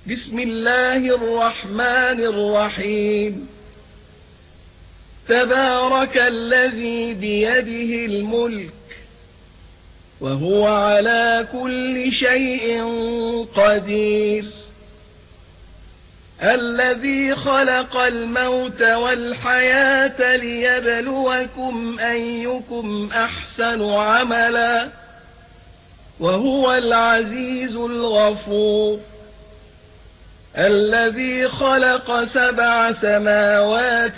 بسم الله الرحمن الرحيم تبارك الذي بيده الملك وهو على كل شيء قدير الذي خلق الموت والحياة ليبلوكم أيكم أحسن عملا وهو العزيز الغفور الذي خلق 7 سماوات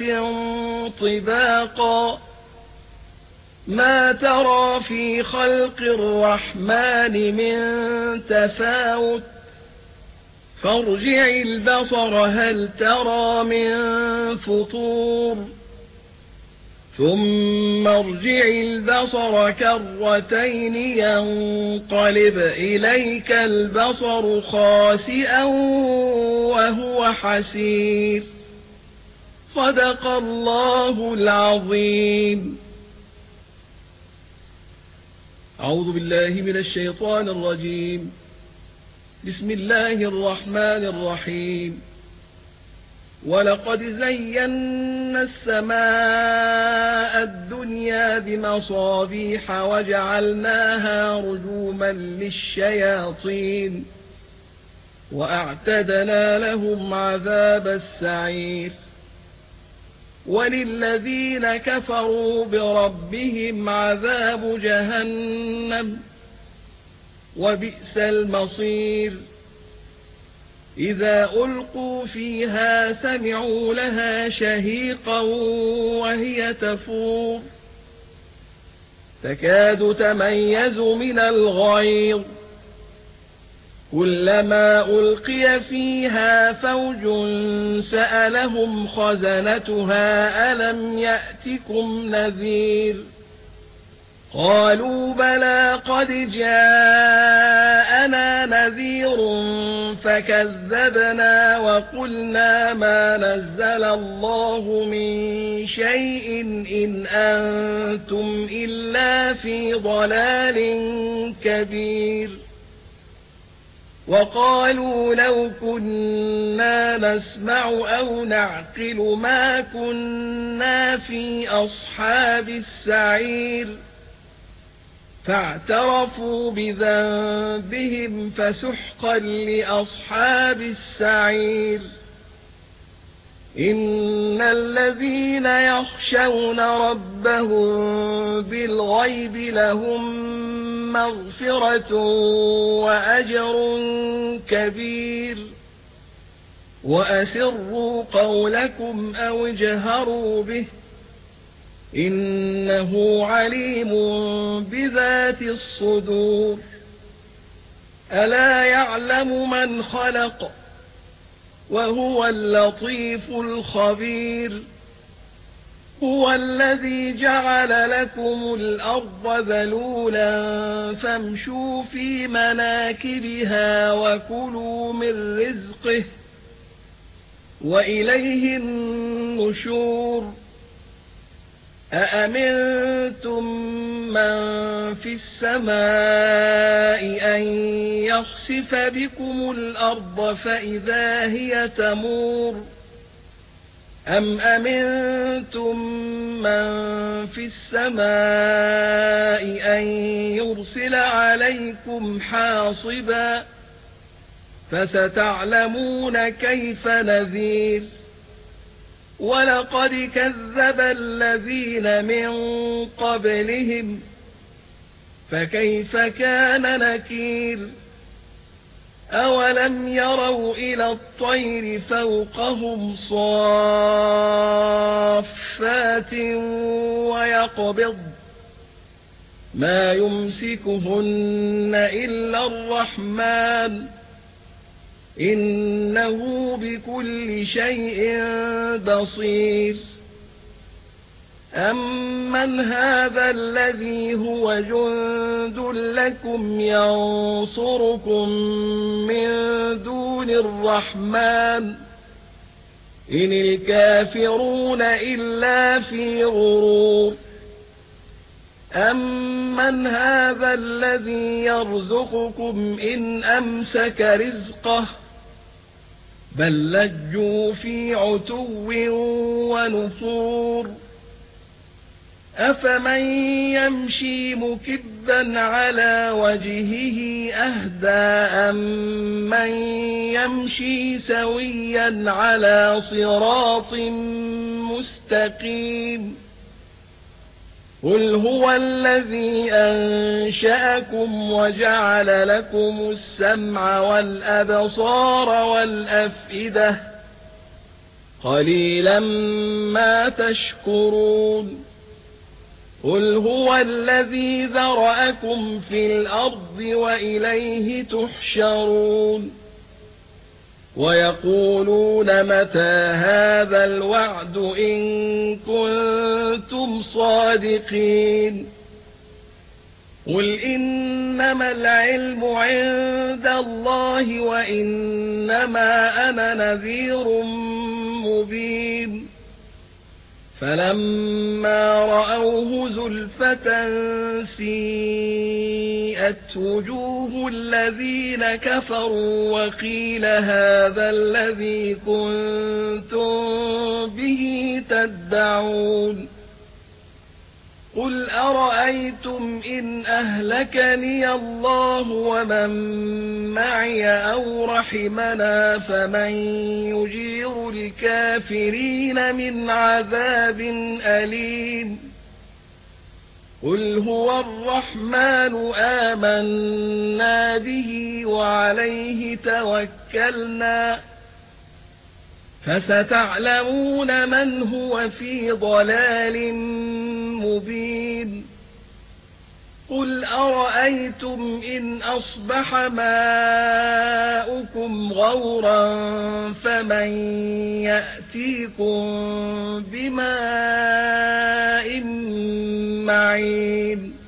طباقا ما ترى في خلق الرحمن من تفاوت فارجع البصر هل ترى من فطور ثم ارجع البصر كرتين ينقلب إليك البصر خاسئا وهو حسير صدق الله العظيم. أعوذ بالله من الشيطان الرجيم. بسم الله الرحمن الرحيم. ولقد زينا السماء الدنيا بمصابيح وجعلناها رجوما للشياطين وأعتدنا لهم عذاب السعير وللذين كفروا بربهم عذاب جهنم وبئس المصير إذا ألقوا فيها سمعوا لها شهيقا وهي تفور تكاد تميز من الغيظ كلما ألقي فيها فوج سألهم خزنتها ألم يأتكم نذير قالوا بلى قد جاءنا نذير فكذبنا وقلنا ما نزل الله من شيء إن أنتم إلا في ضلال كبير وقالوا لو كنا نسمع أو نعقل ما كنا في أصحاب السعير فاعترفوا بذنبهم فسحقا لأصحاب السعير إن الذين يخشون ربهم بالغيب لهم مغفرة وأجر كبير وأسروا قولكم أو اجهروا به إنه عليم بذات الصدور ألا يعلم من خلق وهو اللطيف الخبير هو الذي جعل لكم الأرض ذلولا فامشوا في مناكبها وكلوا من رزقه وإليه النشور أأمنتم من في السماء أن يخسف بكم الأرض فإذا هي تمور أم أمنتم من في السماء أن يرسل عليكم حاصبا فستعلمون كيف نذير ولقد كذب الذين من قبلهم فكيف كان نكير أولم يروا إلى الطير فوقهم صافات ويقبض ما يمسكهن إلا الرحمن إنه بكل شيء بصير أمن هذا الذي هو جند لكم ينصركم من دون الرحمن إن الكافرون إلا في غرور أمن هذا الذي يرزقكم إن أمسك رزقه بل لجوا في عتو ونفور أفمن يمشي مكبا على وجهه أهدى أمن يمشي سويا على صراط مستقيم قل هو الذي أنشأكم وجعل لكم السمع والأبصار والأفئدة قليلا ما تشكرون قل هو الذي ذرأكم في الأرض وإليه تحشرون ويقولون متى هذا الوعد إن كنتم صادقين قل إنما العلم عند الله وإنما أنا نذير مبين فلما رأوه زلفة سيئت وجوه الذين كفروا وقيل هذا الذي كنتم به تدعون قل أرأيتم إن أهلكني الله ومن معي أو رحمنا فمن يجير الكافرين من عذاب أليم قل هو الرحمن آمنا به وعليه توكلنا فستعلمون من هو في ضلال مبين قل أرأيتم إن أصبح ماؤكم غورا فمن يأتيكم بماء معين